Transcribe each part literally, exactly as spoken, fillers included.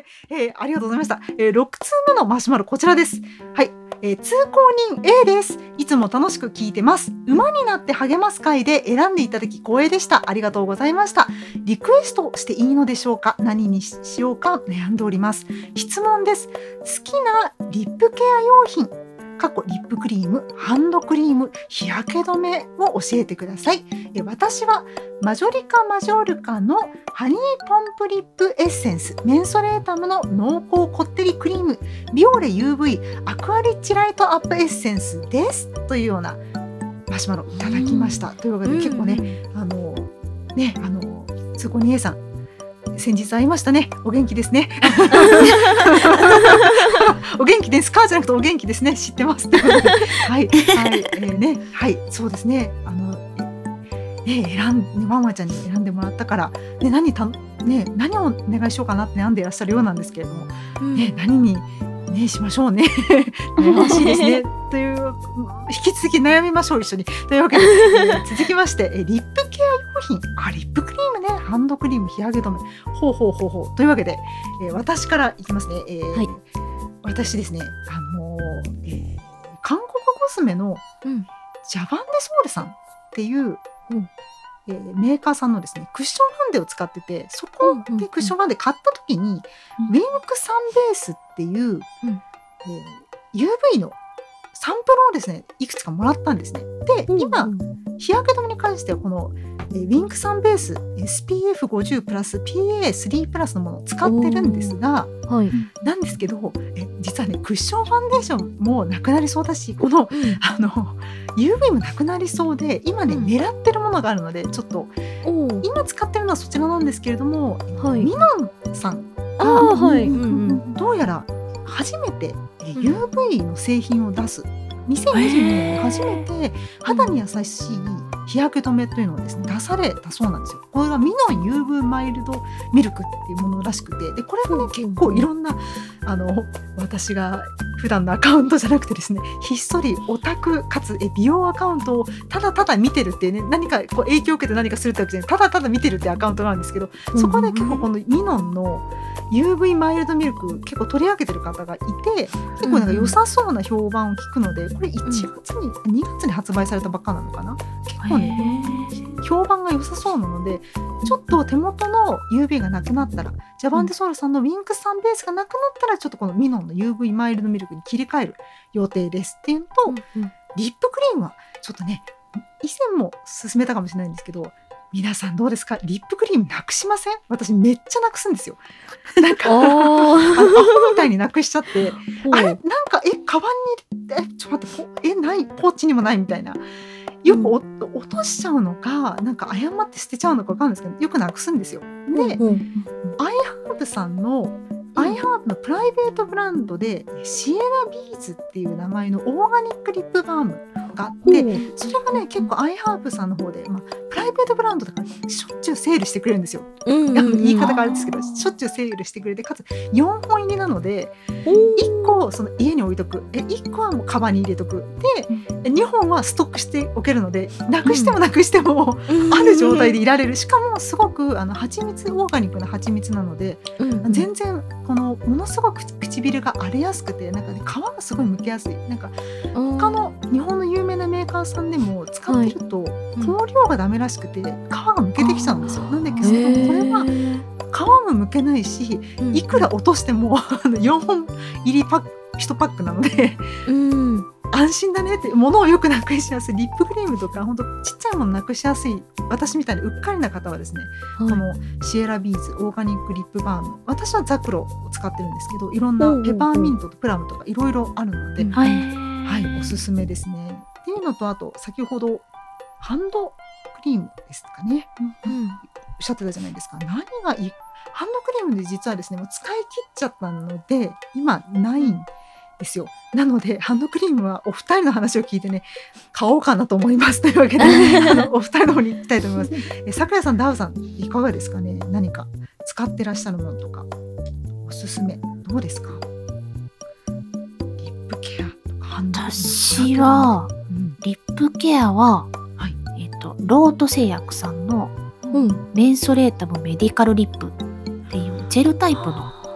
えー、ありがとうございました。えー、ろく通目のマシュマロこちらです。はい、えー、通行人 A です。いつも楽しく聞いてます。馬になって励ます会で選んでいただき光栄でした。ありがとうございました。リクエストしていいのでしょうか。何にしようか悩んでおります。質問です。好きなリップケア用品過去リップクリーム、ハンドクリーム、日焼け止めを教えてください。え私はマジョリカマジョルカのハニーポンプリップエッセンスメンソレータムの濃厚こってりクリームビオレ ユーブイ アクアリッチライトアップエッセンスですというようなマシュマロいただきました。というわけで結構ね、あのねあの通行人 A さん先日会いましたね。お元気ですね。お元気ですかじゃなくてお元気ですね。知ってます。はいはい、えー、ねはいそうですね。あのね選んママちゃんに選んでもらったからね何たね何をお願いしようかなって悩んでいらっしゃるようなんですけれども、うん、ね何にねしましょうね。悩ましいですね。という引き続き悩みましょう一緒に。というわけで、えー、続きましてえリップケア用品あリップクリームねハンドクリーム日焼け止めほうほうほうほうというわけで、えー、私からいきますね。えーはい、私ですねあのーえー、韓国コスメの、うん、ジャバンデソールさんっていう、うんえー、メーカーさんのですねクッションファンデを使っててそこでクッションファンデ買った時に、うんうんうん、ウィンクサンベースっていう、うんえー、ユーブイ のサンプルをですねいくつかもらったんですね。で、うんうん、今日焼け止めに関してはこのえー、ウィンクサンベース エスピーエフごじゅう プラス ピーエースリー プラスのものを使ってるんですが、はい、なんですけどえ実はねクッションファンデーションもなくなりそうだしこの、うん、あの ユーブイ もなくなりそうで今ね、うん、狙ってるものがあるのでちょっと今使ってるのはそちらなんですけれども、はい、ミノンさんが、はいうんうん、どうやら初めてえ ユーブイ の製品を出すにせんにじゅうにねんに初めて肌に優しい日焼け止めというのをですね出されたそうなんですよ。これがミノン ユーブイ マイルドミルクっていうものらしくてでこれがね結構いろんなあの私が普段のアカウントじゃなくてですねひっそりオタクかつえ美容アカウントをただただ見てるっていうね何かこう影響を受けて何かするってわけじゃないただただ見てるっていうアカウントがあるんですけどそこで結構このミノンの ユーブイ マイルドミルク結構取り上げてる方がいて結構なんか良さそうな評判を聞くのでこれいちがつに、うん、にがつに発売されたばっかなのかな結構ね評判が良さそうなのでちょっと手元の ユーブイ がなくなったらジャバンデソールさんのウィンクサンベースがなくなったらちょっとこのミノンの ユーブイ マイルドミルクに切り替える予定ですっていうのと、うんうん、リップクリームはちょっとね以前も勧めたかもしれないんですけど皆さんどうですかリップクリームなくしません？私めっちゃなくすんですよ。なんかアホみたいになくしちゃってあれなんかえカバンにえちょっと待ってえないポーチにもないみたいなよくお、うん、落としちゃうのかなんか誤って捨てちゃうのか分かるんですけどよくなくすんですよ。で、うん、アイハーブさんのアイハーブのプライベートブランドでシエラビーズっていう名前のオーガニックリップバームがあってそれがね結構アイハーブさんの方で、まあ、プライベートブランドだからしょっちゅうセールしてくれるんですよ、うんうんうん、言い方があれですけどしょっちゅうセールしてくれてかつよんほん入りなのでいっこその家に置いとくえいっこはもうカバンに入れとくでにほんはストックしておけるのでなくしてもなくしても、うん、ある状態でいられるしかもすごくあの蜂蜜オーガニックな蜂蜜なので、うんうん、全然このものすごく唇が荒れやすくてなんか、ね、皮がすごい剥けやすいなんか他の日本の有名なメーカーさんでも使ってると、はい、毛量がダメらしくて皮が剥けてきちゃうんですよ。なんでこれは皮も剥けないしいくら落としてもよんほん入りパックいちパックなので、うん、安心だねって物をよくなくしやすいリップクリームとかほんとちっちゃいものなくしやすい私みたいにうっかりな方はですね、はい、このシエラビーズオーガニックリップバーム私はザクロを使ってるんですけどいろんなペパーミントとプラムとかいろいろあるので、はいはい、おすすめですねっていうのとあと先ほどハンドクリームですかね、うんうん、おっしゃってたじゃないですか。何がいいハンドクリームで実はですねもう使い切っちゃったので今ないんですよ。なのでハンドクリームはお二人の話を聞いてね買おうかなと思いますというわけであのお二人の方に行きたいと思います。えさくやさんダウさんいかがですかね。何か使ってらっしゃるものとかおすすめどうですか。リップケアとかハンドクリーム私は、うん、リップケアは、はいえーと、ロート製薬さんの、うん、メンソレータムメディカルリップっていうジェルタイプの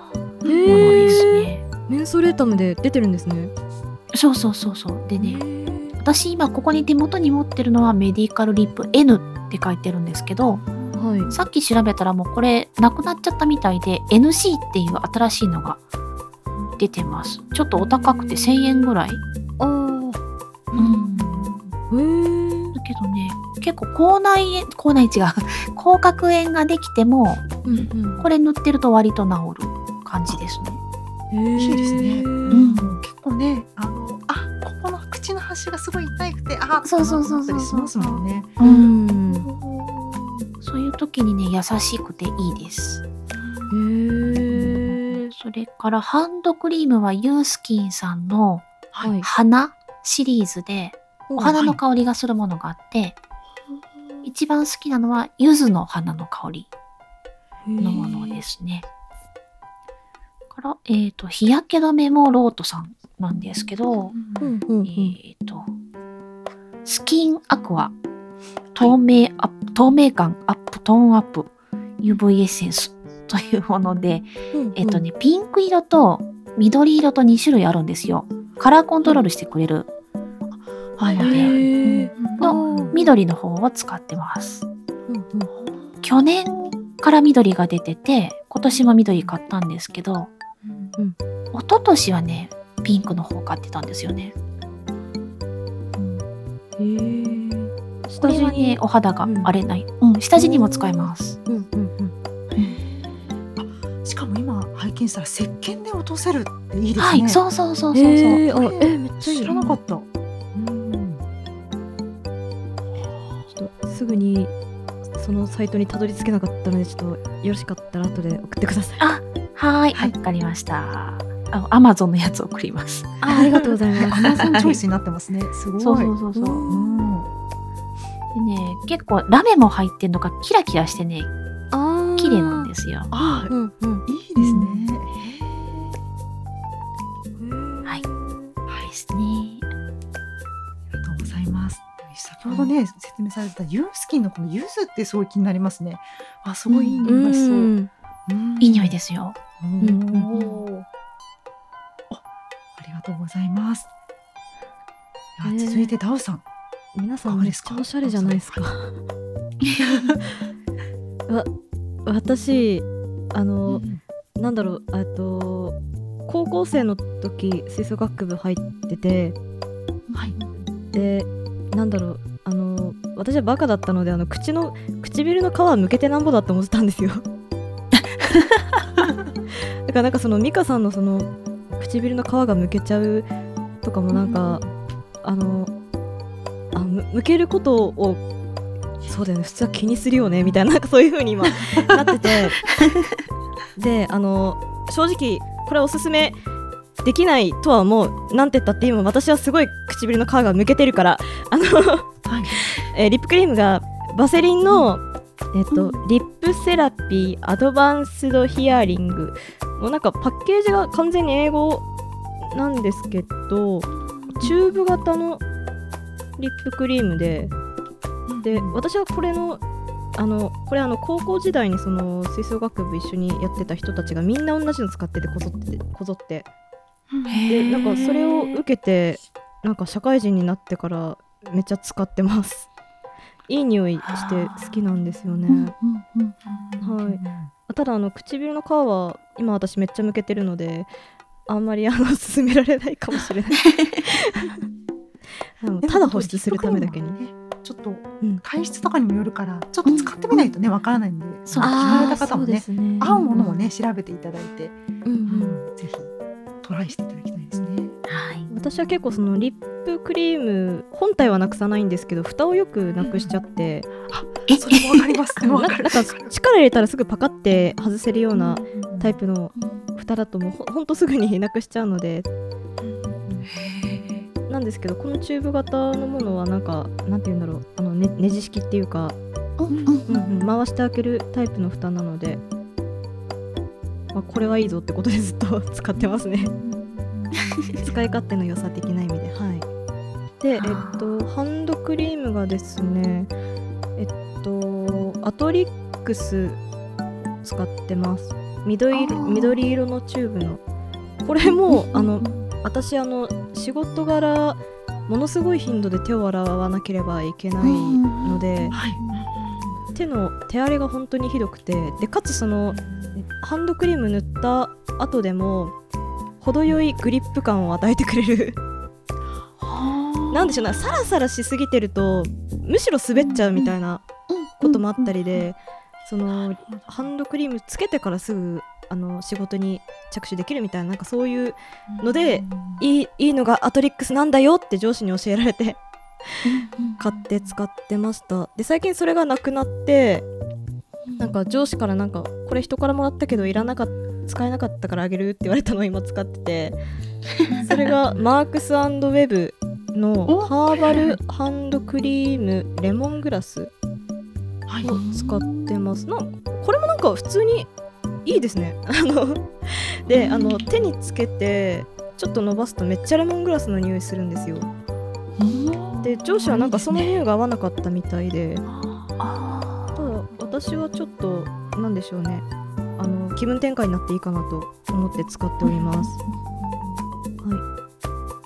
ものですね。 メンソレータムで出てるんですね。 そうそうそうそう。でへね、 ー私今ここに手元に持ってるのはメディカルリップ エヌ って書いてるんですけど、 はい。 さっき調べたらもうこれなくなっちゃったみたいで エヌシー っていう新しいのが出てます。ちょっとお高くてせんえんぐらい。 あーうん。 へーだけどね、結構口内炎、口内違う、口角炎ができても、 うんうんこれ塗ってると割と治る感じですね。 いいですね。 ううんん結構ね、あの、あ、ここの口の端がすごい痛くて、あ、 そうそうそうそうってなったりしますもんね。 う。 うんん。 そういう時にね、優しくていいです。 へーそれからハンドクリームはユースキンさんのはい。 花シリーズでお花のはい香りがするものがあって、一番好きなのは柚子の花の香りのものですね。から、えっ、と、日焼け止めもロートさんなんですけど、 うんうんうん。 えっ、と、スキンアクア、透明アップ、透明感アップ、トーンアップ、ユーブイ エッセンスというもので、えっ、とね、ピンク色と緑色とに種類あるんですよ。カラーコントロールしてくれるはいので、 へーの緑の方を使ってます。 うんうん去年から緑が出てて、今年も緑買ったんですけど、 うん一昨年はね、ピンクの方買ってたんですよね。 へーこ下地にれはね、お肌が荒れない。うん、下地にも使えます。 うんうんうんしかも今拝見したら石鹸で落とせるっていいですね。 はい、そうそうそうそうそう。 へーあえめっちゃいい。 知らなかった。 うんちょっとすぐにそのサイトにたどり着けなかったので、ちょっとよろしかったら後で送ってください。 あ、はーい、 はいわかりました。あ、アマゾンのやつ送ります。 あありがとうございアます。 マゾンチョイスになってますね。すごい。 そうそうそうそう。 うんでね、結構ラメも入ってんのがキラキラしてね、 あ綺麗なんですよ。 あー、 うんうん。 いいですね。 はい。 はい、 ですね。 ありがとうございます。先ほどね、説明されたユースキンのこの柚子ってすごい気になりますね。あ、すごいいい匂いがしそう。 うんいい匂いですよ。 おうんーあ、ありがとうございます。ではね続いてダウさん。 皆さいかがですかんめっちゃおしゃれじゃないですか。わ私あの、なんだろうえっと高校生の時吹奏楽部入ってて、 はい。 でなんだろうあの私はバカだったので、あの口の唇の皮はむけてなんぼだって思ってたんですよ。だからなんかそのミカさんのその唇の皮がむけちゃうとかもなんか、あのあむむけることをそうだよね、普通は気にするよねみたいな、なんかそういう風に今なっててであの正直これはおすすめできないとは思う。なんて言ったって今私はすごい唇の皮がむけてるから、あの、 はい。 えーリップクリームがバセリンの、えっとリップセラピーアドバンスドヒアリング、もうなんかパッケージが完全に英語なんですけど、チューブ型のリップクリームで、で私はこれのあのこれあの高校時代にその吹奏楽部一緒にやってた人たちがみんな同じの使っててこぞってこぞってでなんかそれを受けて、なんか社会人になってからめっちゃ使ってます。いい匂いして好きなんですよね。はいただあの唇の皮は今私めっちゃむけてるので、あんまりあの勧められないかもしれない。あのただ保湿するためだけに。 ちょっとうん体質とかにもよるから、ちょっと使ってみないとね、わからないんで、 そう聞かれた方もね、 そうですね合うものもね、調べていただいて、 うんうんぜひトライしていただきたいですね。 はい。 私は結構そのリップクリーム本体はなくさないんですけど、蓋をよくなくしちゃって、 え、 それもわかります。 なわかるなんか力入れたらすぐパカって外せるようなタイプの蓋だともうほほんとすぐになくしちゃうので、なんですけどこのチューブ型のものはなんかなんて言うんだろう、あの、ね、ネジ式っていうか、 うんうんうんうん、回して開けるタイプの蓋なので、まあ、これはいいぞってことでずっと使ってますね。使い勝手の良さ的な意味で、はい。で、えっとハンドクリームがですね、えっとアトリックス使ってます。 緑色あー緑色のチューブのこれもあの私あの仕事柄ものすごい頻度で手を洗わなければいけないので、 はい手の手荒れが本当にひどくて、でかつそのハンドクリーム塗った後でも程よいグリップ感を与えてくれるなんでしょうな、サラサラしすぎてるとむしろ滑っちゃうみたいなこともあったりで、そのハンドクリームつけてからすぐあの仕事に着手できるみたいな、なんかそういうのでいい、いいのがアトリックスなんだよって上司に教えられて買って使ってました。で最近それがなくなって、なんか上司からなんかこれ人からもらったけどいらなかった使えなかったからあげるって言われたのを今使ってて、それがマークス&ウェブのハーバルハンドクリームレモングラスはいを使ってます。なんこれもなんか普通にいいですね。あのであの手につけてちょっと伸ばすとめっちゃレモングラスの匂いするんですよ。で上司はなんかその匂いが合わなかったみたいで、 あただ私はちょっとなんでしょうね、あの気分転換になっていいかなと思って使っております。はい、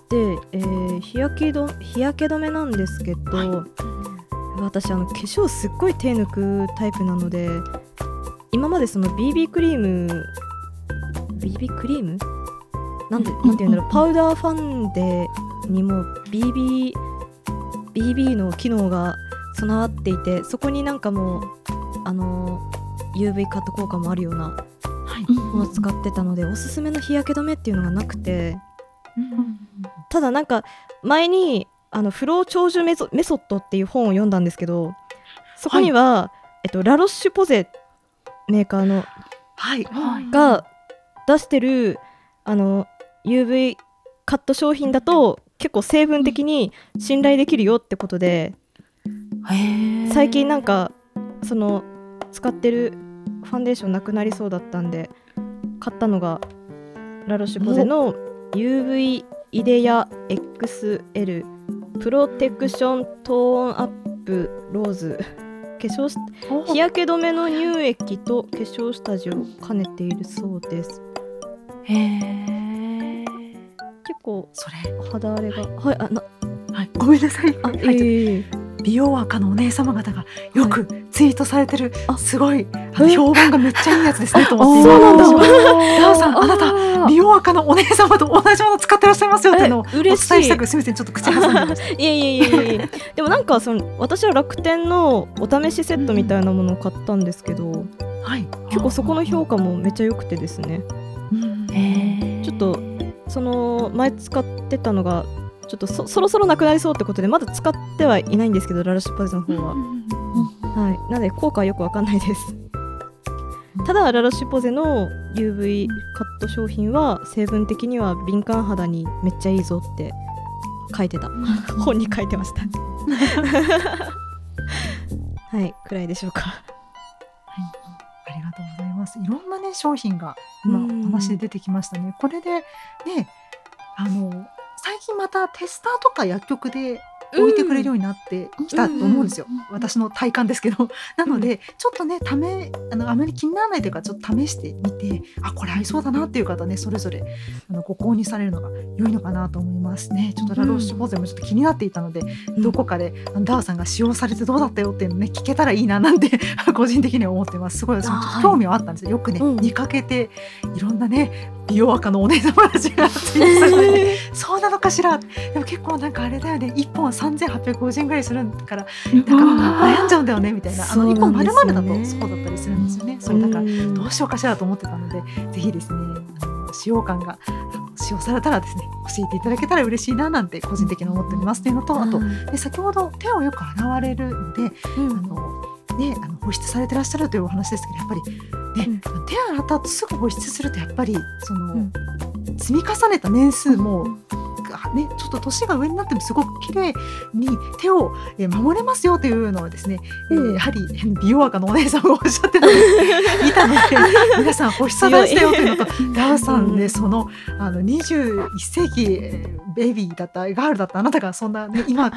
で、えー日焼けど日焼け止めなんですけど、私あの化粧すっごい手抜くタイプなので、今までその ビービー クリーム ビービー クリームなんでなんて言うんだろう、パウダーファンデにも ビービー ビービー の機能が備わっていて、そこになんかもうあの ユーブイ カット効果もあるようなはいものを使ってたので、おすすめの日焼け止めっていうのがなくて、ただなんか前にあのフロー長寿メソメソッドっていう本を読んだんですけど、そこには、えっと、ラロッシュポゼメーカーのはいはいが出してるあの ユーブイ カット商品だと結構成分的に信頼できるよってことで、 へー最近なんかその使ってるファンデーションなくなりそうだったんで買ったのがラロッシュポゼの ユーブイ イデヤ エックスエル プロテクショントーンアップローズ化粧し日焼け止めの乳液と化粧下地を兼ねているそうです。 へー結構それ肌荒れがはいあなはいごめんなさいあはいええ美容赤のお姉様方がよくツイートされてる、 あすごいあのえ評判がめっちゃいいやつですねと思ってそうなんだ今ダーさんあなたあー美容赤のお姉様と同じもの使ってらっしゃいますよっていうのをおえ伝え嬉しいしたくすみませんちょっと口挟んでましたいやいやいやいやいやでもなんかその私は楽天のお試しセットみたいなものを買ったんですけど、 はい結構そこの評価もめっちゃ良くてですね、 うんへーちょっとその前使ってたのがちょっと そ, そろそろなくなりそうってことでまだ使ってはいないんですけど、ラロッシュポゼの方は、はい、なので効果はよくわかんないです。ただラロッシュポゼの ユーブイ カット商品は成分的には敏感肌にめっちゃいいぞって書いてた本に書いてましたはいくらいでしょうか。 ありがとうございます。いろんなね商品が今うんお話で出てきましたね。これでねあの最近またテスターとか薬局で置いてくれるようになってきたと思うんですよ、 うんうん私の体感ですけどなので、ちょっとねためあのあまり気にならないというかちょっと試してみてあこれ合いそうだなっていう方ねそれぞれあのご購入されるのが良いのかなと思いますね。ちょっとラロッシュポゼもちょっと気になっていたので、 うんどこかであのダーさんが使用されてどうだったよっていうのね聞けたらいいななんて個人的には思ってます。すごい私もちょっと興味はあったんですよ。よくね、 うん見かけていろんなね美容赤のお姉様たちがツイートされててそうなのかしら。でも結構なんかあれだよねいっぽんさんぜんはっぴゃくごじゅうえんぐらいするからなんか悩んじゃうんだよねみたいな、あのいっぽん丸々だとそうだったりするんですよね。そうだからどうしようかしらと思ってたのでぜひですねあの使用感があの使用されたらですね教えていただけたら嬉しいななんて個人的に思っておりますというのと、あとで先ほど手をよく洗われるのでうんあのね、あの保湿されてらっしゃるというお話ですけどやっぱり、ねうん手洗った後すぐ保湿するとやっぱりその、 うん積み重ねた年数も、ね、ちょっと年が上になってもすごく綺麗に手をえー守れますよというのはですね、えーうんやはり美容赤のお姉さんがおっしゃってたので見たので皆さん保湿大事だよというのとダーさんね、 うんそのあのにじゅういっ世紀えーベイビーだったガールだったあなたがそんな、ね、今から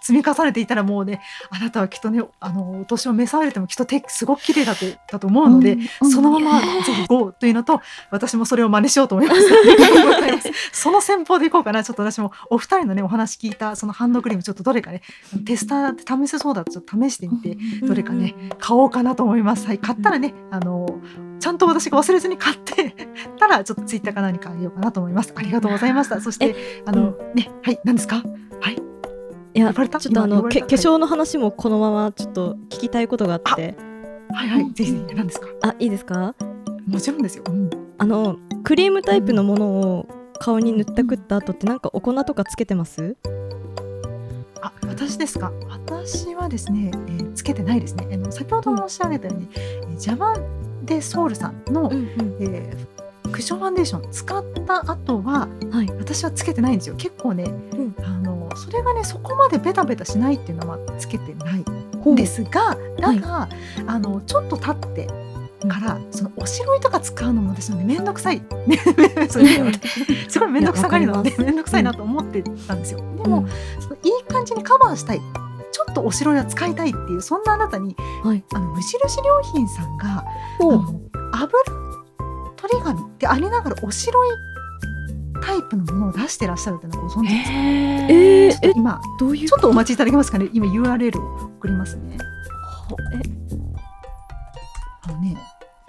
積み重ねていたらもうね、あなたはきっとね、あのお年を召されてもきっと手すごく綺麗だとだと思うので、 うんそのままぜひ ゴー というのと、私もそれを真似しようと思います。ありがとうございます。その戦法でいこうかな。ちょっと私もお二人のねお話聞いたそのハンドクリームちょっとどれかね、テスターで試せそうだとちょっと試してみて、どれかね買おうかなと思います。はい、買ったらね、あのちゃんと私が忘れずに買ってたらちょっとツイッターか何かあげようかなと思います。ありがとうございました。そしてあの、ね、はい、何ですか。はい。 いや呼ばれたちょっとあの今呼ばれたけ化粧の話もこのままちょっと聞きたいことがあってはいはい、ぜひぜひ何ですか。 あいいですか。 もちろんですよ。うん、 あのクリームタイプのものを顔に塗ったくった後ってなんかお粉とかつけてます？ あ、私ですか。私はですね、えーつけてないですね。あの先ほど申し上げたように、えージャバンデソウルさんの、 うんうんえークッションファンデーション使った後ははい私はつけてないんですよ。結構ね、 んあのそれがねそこまでベタベタしないっていうのはつけてないほうですが、だが、あのちょっと経ってからそのおしろいとか使うのも私はねめんどくさい、ね、そういうのすごいめんどくさがりなのでいやわかりますめんどくさいなと思ってたんですよ。でも、 うんそのいい感じにカバーしたい、ちょっとおしろいは使いたいっていう、そんなあなたにはいあの無印良品さんがあほうの油取り紙でありながらおしろいタイプのものを出してらっしゃるっていうのはご存知ですか。 へえーちょっと今どういうちょっとお待ちいただけますかね。今 ユーアールエル を送りますね。 えあのね、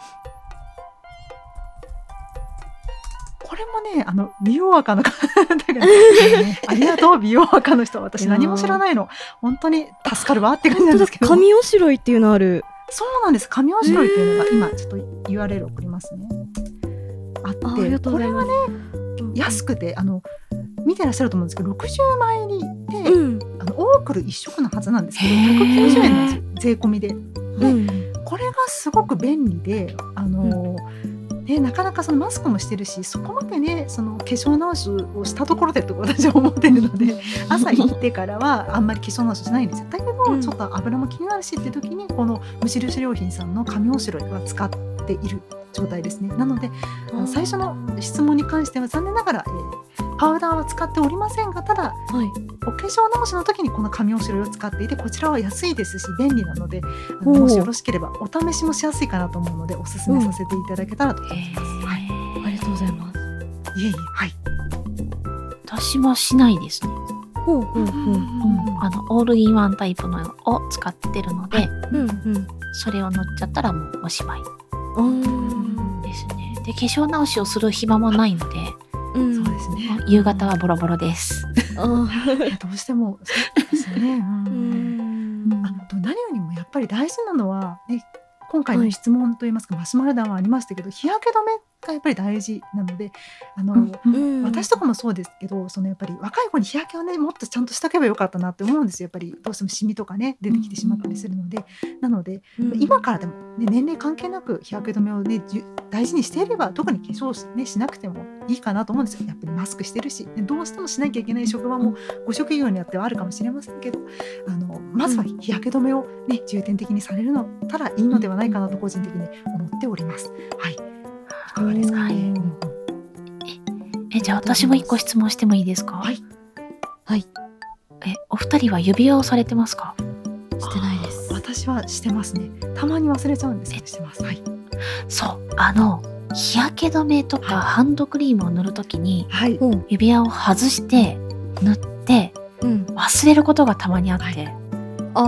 これもね、あの美容赤の方が、ね、ありがとう美容赤の人、私何も知らないの、本当に助かるわって感じなんですけど。 紙おしろいっていうのある。 そうなんです。紙おしろいっていうのが今ちょっと ユーアールエル 送りますね。あって、 あありがとうございます。 これはね安くて、あの見てらっしゃると思うんですけど、ろくじゅうまい入りで、 うんあのオークル一色のはずなんですけど、 へーひゃくきゅうじゅうえんなんですよ、税込みで。で、 うんこれがすごく便利で、あの、ね、なかなかそのマスクもしてるし、そこまでねその化粧直しをしたところでと私は思ってるので、朝行ってからはあんまり化粧直ししないんですよ。だけど、 うんちょっと油も気になるしっていう時にこの無印良品さんの紙おしろいは使っている状態ですね。なのであの最初の質問に関しては残念ながら、えーパウダーは使っておりませんが、ただはいお化粧直しの時にこの紙おしろいを使っていて、こちらは安いですし便利なので、あのおーもしよろしければお試しもしやすいかなと思うのでお勧めさせていただけたらと思います。はい、 ありがとうございます。 いえいえ、はい。 私もしないですね。 ほうほうほうあのオールインワンタイプのを使ってるので、 うんうんそれを塗っちゃったらもうおしまいあーですね。で化粧直しをする暇もないので、 うんそうですね。 夕方はボロボロです。 あーいやどうしてもそうですよね。うんうんあと何よりもやっぱり大事なのは、ね、今回の質問といいますか、マシュマロ弾はありましたけど、日焼け止めがやっぱり大事なので、あの、 うん私とかもそうですけど、そのやっぱり若い子に日焼けをねもっとちゃんとしとけばよかったなって思うんですよ。やっぱりどうしてもシミとかね出てきてしまったりするので、なので、 うん今からでも、ね、年齢関係なく日焼け止めをねじゅ大事にしていれば、特に化粧し,、ね、しなくてもいいかなと思うんですよ。やっぱりマスクしてるし、ねどうしてもしなきゃいけない職場もご職業によってはあるかもしれませんけど、あのまずは日焼け止めを、ね、重点的にされるのたらいいのではないかなと個人的に思っております。はい、いかがですかね。 うんうんえじゃあ私も一個質問してもいいですか。 はいはいえお二人は指輪をされてますか。 してないです。 私はしてますね。たまに忘れちゃうんですけどしてます。はい。 そうあの日焼け止めとかはいハンドクリームを塗るときにはい。 ほう指輪を外して塗ってうん忘れることがたまにあって、 はいあ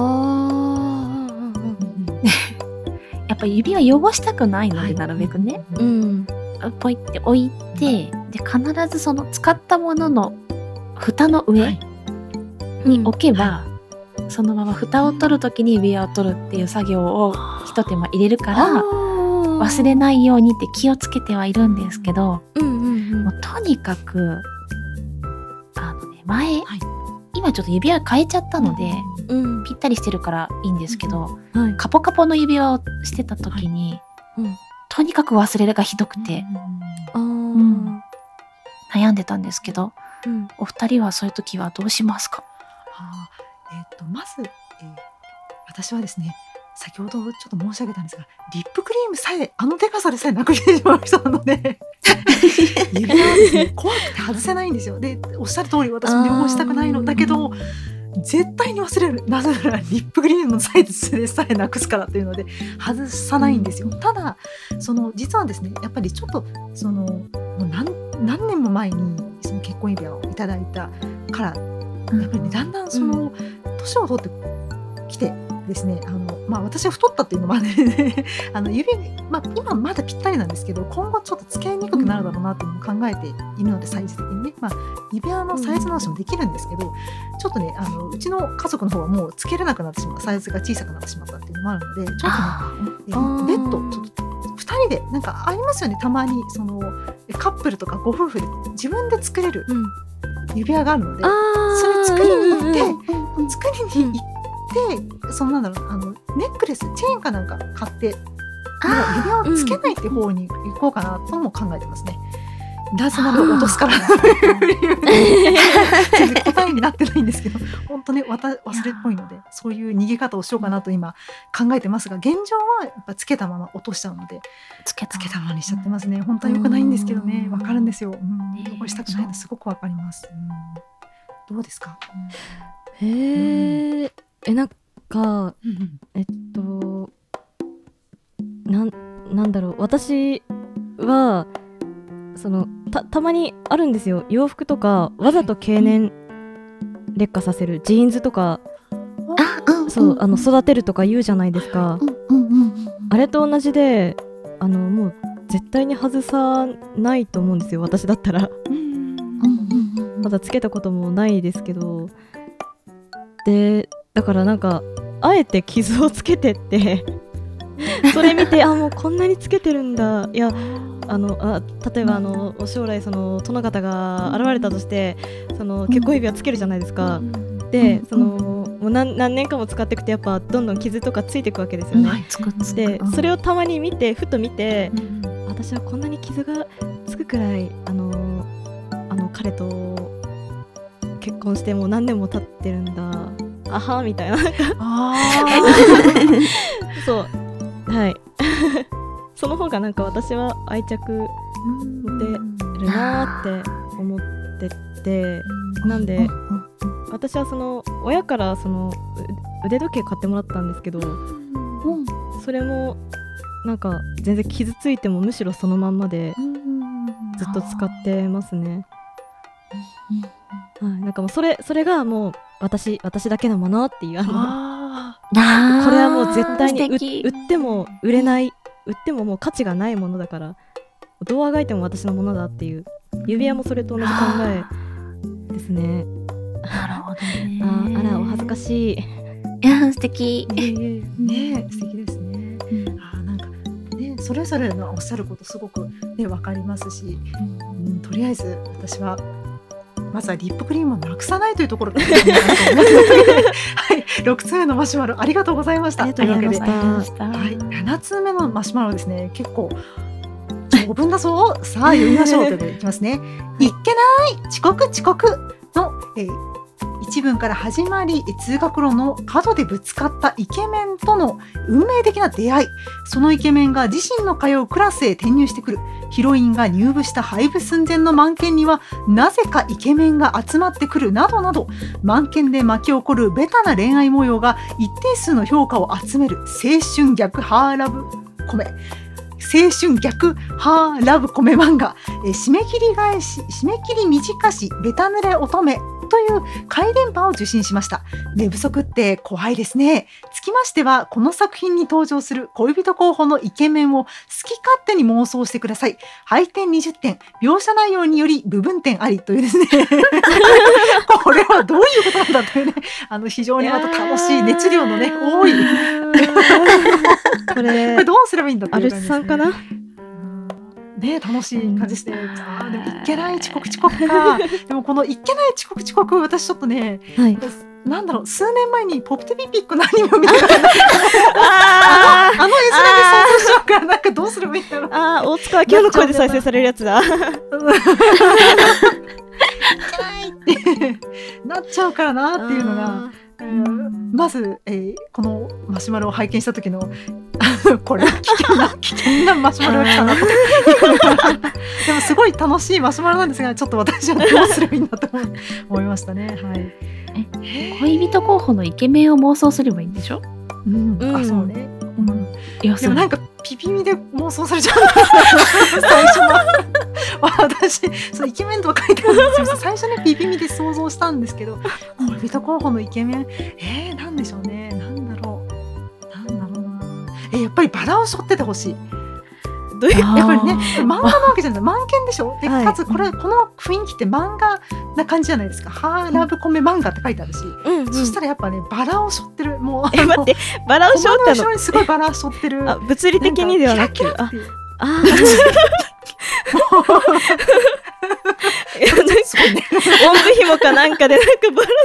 ーやっぱり指輪汚したくないので、なるべくねうんポイって置いて、で必ずその使ったものの蓋の上はいに置けば、そのまま蓋を取るときに指輪を取るっていう作業を一手間入れるから忘忘れないようにって気をつけてはいるんですけど、 うんうんもうとにかくあのね前、 はい今ちょっと指輪変えちゃったので、 うんぴったりしてるからいいんですけど、 はいカポカポの指輪をしてた時に、 うんとにかく忘れがひどくてあーん悩んでたんですけど、 うんお二人はそういう時はどうしますか。 あーえっとまず、えー私はですね、先ほどちょっと申し上げたんですが、リップクリームさえあのデカさでさえなくしてしまう人なので指輪はですね怖くて外せないんですよ。でおっしゃる通り私も両方したくないのだけど、 絶対に忘れる。なぜならリップクリームのサイズでさえなくすからというので外さないんですよ。ただその実はですね、やっぱりちょっとそのもう 何, 何年も前にその結婚指輪をいただいたからやっぱりね、だんだんその年を取ってきてですね、あの、まあ、私は太ったっていうのもあるのであの指、まあ、今まだぴったりなんですけど、今後ちょっと付けにくくなるだろうなっていうのも考えているので、サイズ的にね、まあ、指輪のサイズ直しもできるんですけど、ちょっとね、あのうちの家族の方はもう付けれなくなってしまう、サイズが小さくなってしまったっていうのもあるので、ちょっとね、えベッドちょっとふたりでなんかありますよね、たまにそのカップルとかご夫婦で自分で作れる指輪があるので、それ作りに行って、うん、作りに行って、そのなんだろう、あのネックレスチェーンかなんか買って、指輪をつけないって方に行こうかなとも考えてますね。なぜなら落とすから全然答えになってないんですけど、本当ねわた忘れっぽいので、そういう逃げ方をしようかなと今考えてますが、現状はやっぱつけたまま落としちゃうので、つけたままにしちゃってますね。本当は良くないんですけどね、わかるんですよ。うん、汚したくないのすごくわかります。うん、どうですか？ うん、へえ、えなんか、うん、えっとなんなんだろう、私はその た, たまにあるんですよ、洋服とかわざと経年劣化させるジーンズとか、あ、そう、あの育てるとか言うじゃないですか、うんうんうん、あれと同じで、あのもう絶対に外さないと思うんですよ、私だったら、うんうん、まだつけたこともないですけど、でだからなんかあえて傷をつけてってそれ見て、あ、もうこんなにつけてるんだ、いやあのあ例えばあの将来その殿方が現れたとして、その結婚指輪つけるじゃないですか、うん、でそのもう 何, 何年かも使っていくとやっぱどんどん傷とかついていくわけですよね、うん、でそれをたまに見てふと見て、うん、私はこんなに傷がつくくらいあのあの彼と結婚してもう何年も経ってるんだ、あはみたいなあそうはいその方がなんか私は愛着持てるなって思ってて、なんで私はその親からその腕時計買ってもらったんですけど、それもなんか全然傷ついてもむしろそのまんまでずっと使ってますね。はい、なんかもうそれそれがもう私私だけのものっていう、あのあこれはもう絶対に売っても売れない、売ってももう価値がないものだから、どうあがいても私のものだっていう、指輪もそれと同じ考えですね。 なるほどね。 あ, あらお恥ずかしい。いや素敵ね、素敵ですね。うん、あなんかね、それぞれのおっしゃることすごくね分かりますし、うん、とりあえず私はまずはリップクリームをなくさないというところからはい、ろくつめのマシュマロありがとうございました。 ありがとうございました。 はい、ななつめのマシュマロですね、結構長文だそうさあ読みましょうということでいきますねいっけない遅刻遅刻の、えー一文から始まり、通学路の角でぶつかったイケメンとの運命的な出会い、そのイケメンが自身の通うクラスへ転入してくる、ヒロインが入部した廃部寸前のマンケンにはなぜかイケメンが集まってくるなどなど、マンケンで巻き起こるベタな恋愛模様が一定数の評価を集める青春逆ハーラブコメ青春逆ハーラブコメ漫画、えー、締め切り返し締め切り短しベタ濡れ乙女という回電波を受信しました。寝不足って怖いですね。つきましてはこの作品に登場する恋人候補のイケメンを好き勝手に妄想してください。配点にじゅってん、描写内容により部分点ありというですねこれはどういうことなんだというね、あの非常にまた楽しい熱量のね多いこれこれどうすればいいんだっていう感じですね。 アルスさんかなね、楽しい感じですね。あでもいっけない遅刻遅刻かでもこのいっけない遅刻遅刻、私ちょっとね、はい、なんだろう、数年前にポプテピピックのアニメを見たからあのあの絵面で想像しようから、なんかどうすればいいんだろう。 あ大塚明夫の声で再生されるやつだなっちゃうからなっていうのが、えー、まず、えー、このマシュマロを拝見した時のこれは危険な危険なマシュマロが来たなってでもすごい楽しいマシュマロなんですが、ちょっと私はどうすればいいんだと思いましたね。はい。 恋人候補のイケメンを妄想すればいいんでしょ。 うんうんあそうね、うん、 いやでもなんかピピミで妄想されちゃうんですよ最初は私そうイケメンとは書いてあるんですよ。最初ねピピミで想像したんですけど、恋人候補のイケメンえー、なんでしょうね、なんだろうなんだろうなえやっぱりバラを背負っててほしい。 どういうやっぱりね漫画なわけじゃない、漫研でしょ。ではいかつこれこの雰囲気って漫画な感じじゃないですか。ハーラブコメ漫画って書いてあるし、 うんうん、 そしたらやっぱねバラを背負ってる、もうえ待ってバラを背負ったの駒の後ろにすごいバラを背負ってるあ物理的にではなくキラキラあっていうあーいやなんかすごいねおんぶ紐かなんかでなんかバラ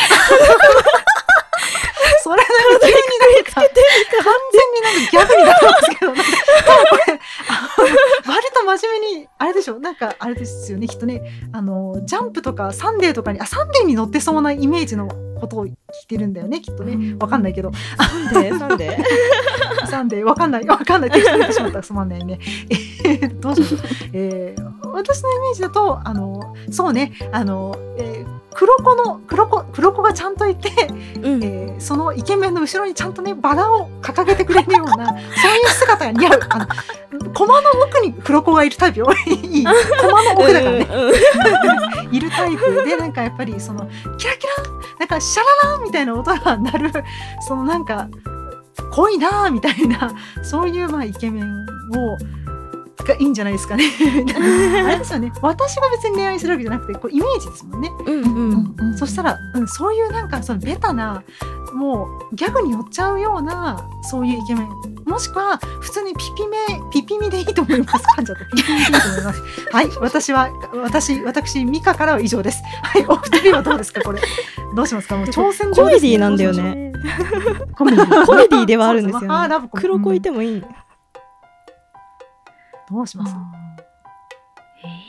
それなんか急になんか完全になんかギャグになってますけど、なんかこれあの割と真面目にあれでしょ、なんかあれですよねきっとね、あのジャンプとかサンデーとかにあサンデーに載ってそうなイメージのことを聞いてるんだよねきっとね、わかんないけどなんでなんでサンデーわかんないわかんない適当に言ってしまったらすまんないねえーどうしましょう、えー私のイメージだとあのそうねあの、えー黒子の黒子黒子がちゃんといて、 うんえーそのイケメンの後ろにちゃんとねバラを掲げてくれるようなそういう姿が似合う。あの駒の奥に黒子がいるタイプよいい駒の奥だからね、 うんうんいるタイプで、なんかやっぱりそのキラキラなんかシャラランみたいな音が鳴るそのなんか濃いなみたいなそういうまあイケメンをがいいんじゃないですかねあれですよね、私が別に恋愛するわけじゃなくてこうイメージですもんね。 うんうんうんそしたら、うん、そういうなんかそのベタなもうギャグに寄っちゃうようなそういうイケメン、もしくは普通にピピメピピミでいいと思います。噛んじゃったピピミでいいと思いますはい、私は私私ミカからは以上です。はいお二人はどうですか、これどうしますか。もう挑戦状ですね。 コメディなんだよねコメディコメディではあるんですそうそうまあよねラブコメ黒子いてもいいんだよどうします。 へー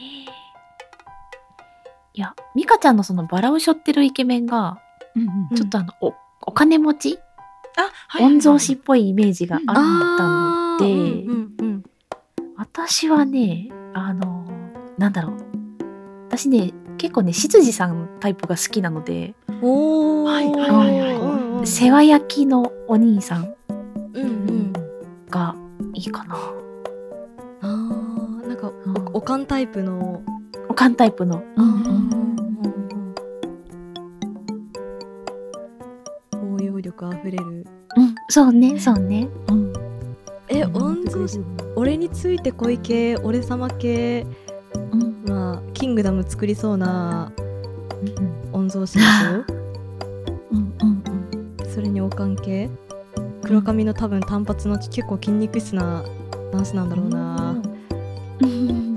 いやミカちゃんのそのバラを背負ってるイケメンがうんうんちょっとあの、おお金持ちあ、はいはいはい御曹司っぽいイメージがあったので、 うんうんうん私はねあのなんだろう私ね結構ね執事さんタイプが好きなので、 おーはいはいはいはいうんうん世話焼きのお兄さんうんうんがいいかな。 あーなんかうんおおかんタイプのおかんタイプの、うんうん包容力あふれるうん、そうねそうね、うん、 え御曹司俺についてこい系俺様系うんまあキングダム作りそうなうん御曹司でしうんうんょそれにおかん系黒髪の多分単発の結構筋肉質な男子なんだろうな、 うんうん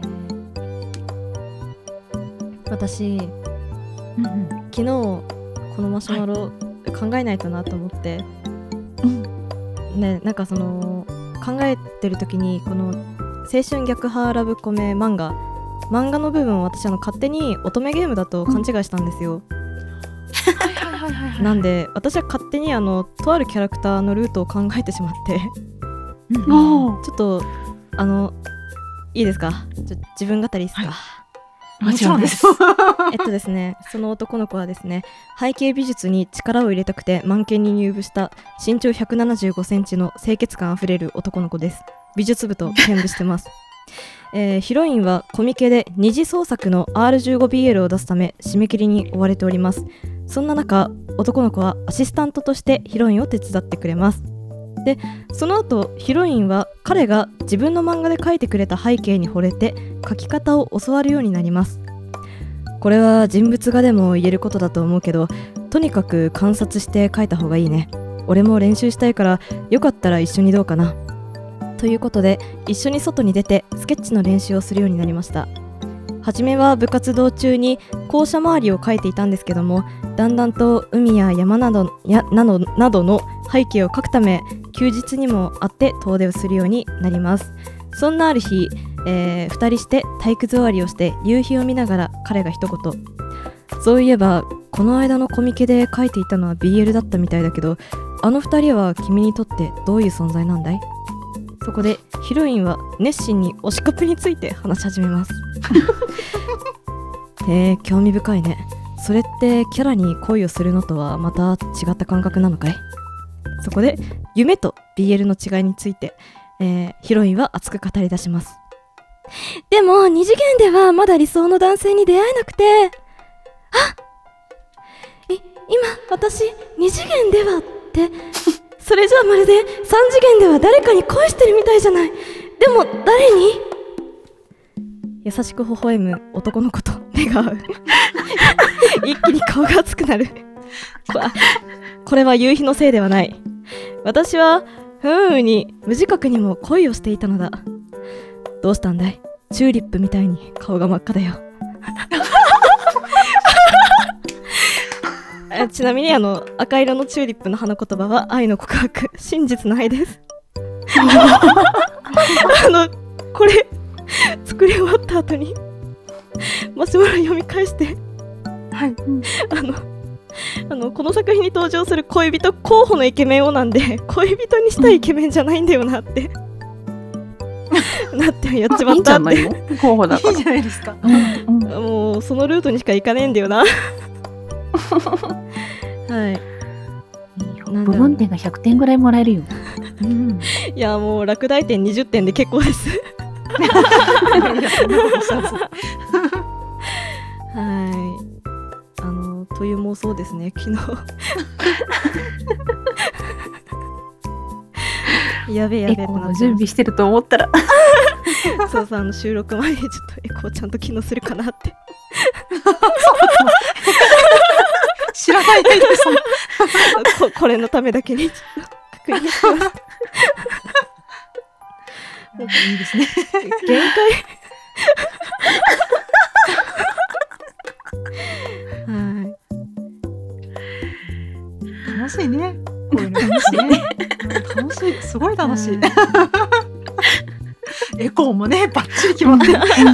私うんうん昨日このマシュマロ考えないとなと思って、 うんね、なんかその考えてる時にこの青春逆ハーラブコメ漫画漫画の部分を私あの勝手に乙女ゲームだと勘違いしたんですよ、 はいはいはいはいはいなんで私は勝手にあのとあるキャラクターのルートを考えてしまってうんうんおーちょっとあのいいですかちょ自分語りですか、 はいもちろんです。 えっとですね、その男の子はですね、背景美術に力を入れたくて満研に入部した身長ひゃくななじゅうごセンチの清潔感あふれる男の子です。美術部と兼部してます。えーヒロインはコミケで二次創作の アールじゅうごビーエル を出すため締め切りに追われております。そんな中、男の子はアシスタントとしてヒロインを手伝ってくれます。で、その後ヒロインは彼が自分の漫画で描いてくれた背景に惚れて描き方を教わるようになります。これは人物画でも言えることだと思うけど、とにかく観察して描いた方がいいね。俺も練習したいからよかったら一緒にどうかな。ということで一緒に外に出てスケッチの練習をするようになりました。はじめは部活動中に校舎周りを描いていたんですけども、だんだんと海や山などやなどなどの背景を描くため休日にもあって遠出をするようになります。そんなある日、えー、ふたりして体育座りをして夕日を見ながら彼が一言、そういえばこの間のコミケで描いていたのは ビーエル だったみたいだけど、あの二人は君にとってどういう存在なんだい？そこでヒロインは熱心に推しカップについて話し始めます。へえ、興味深いね。 それってキャラに恋をするのとはまた違った感覚なのかい？そこで夢と ビーエル の違いについて、えー、ヒロインは熱く語り出します。でも二次元ではまだ理想の男性に出会えなくて、あい今私二次元ではってそれじゃあまるで三次元では誰かに恋してるみたいじゃない。でも誰に？優しく微笑む男の子と目が合う一気に顔が熱くなるここれは夕日のせいではない。私は不運に無自覚にも恋をしていたのだ。どうしたんだい？チューリップみたいに顔が真っ赤だよちなみにあの赤色のチューリップの花言葉は愛の告白、真実の愛ですあのこれ作り終わった後にマシュマロ読み返してはい、うん、 あのあのこの作品に登場する恋人候補のイケメンをなんで恋人にしたいイケメンじゃないんだよなってなってやっちまったって。いいんじゃないの？ 候補だから。 いいじゃないですか、 うんうん、 もうそのルートにしか行かねえんだよなはい部分点がひゃくてんぐらいもらえるよ、 うん、いやもう落第点にじゅってんで結構ですはいあのという妄想ですね昨日やべえやべえってなってます。 エコーの準備してると思ったらそうそうあの収録前にちょっとエコーちゃんと機能するかなって知らないでそのこ, これのためだけにちょっと確認してましたいいですね限界はい楽しいねこういうの楽しいね楽しいすごい楽しいエコーもねバッチリ決まって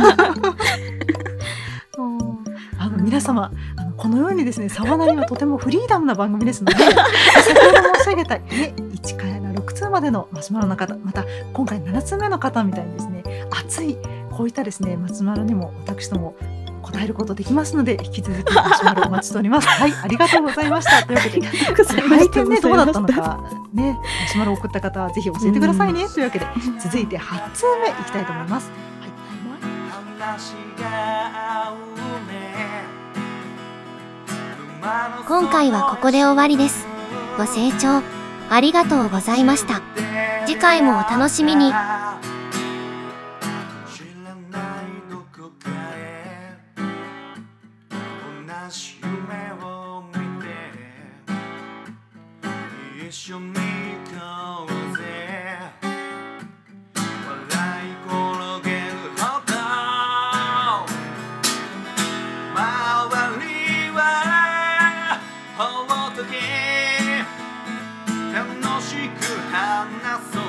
あの皆様あのこのようにですねサワナリはとてもフリーダムな番組ですので先ほど申し上げた、ね、いちからろく通までのマシュマロの方また今回なな通目の方みたいにですね熱いこういったですねマシュマロにも私ども答えることできますので引き続きマシュマロお待ちしておりますはいありがとうございましたというわけで配点ねどうだったのかねマシュマロを送った方はぜひ教えてくださいねというわけで続いてはち通目いきたいと思います、 はい、今回はここで終わりです。ご清聴ありがとうございました。次回もお楽しみに。一緒に行こうぜ笑い転げるほど周りはほっとけ楽しく話そう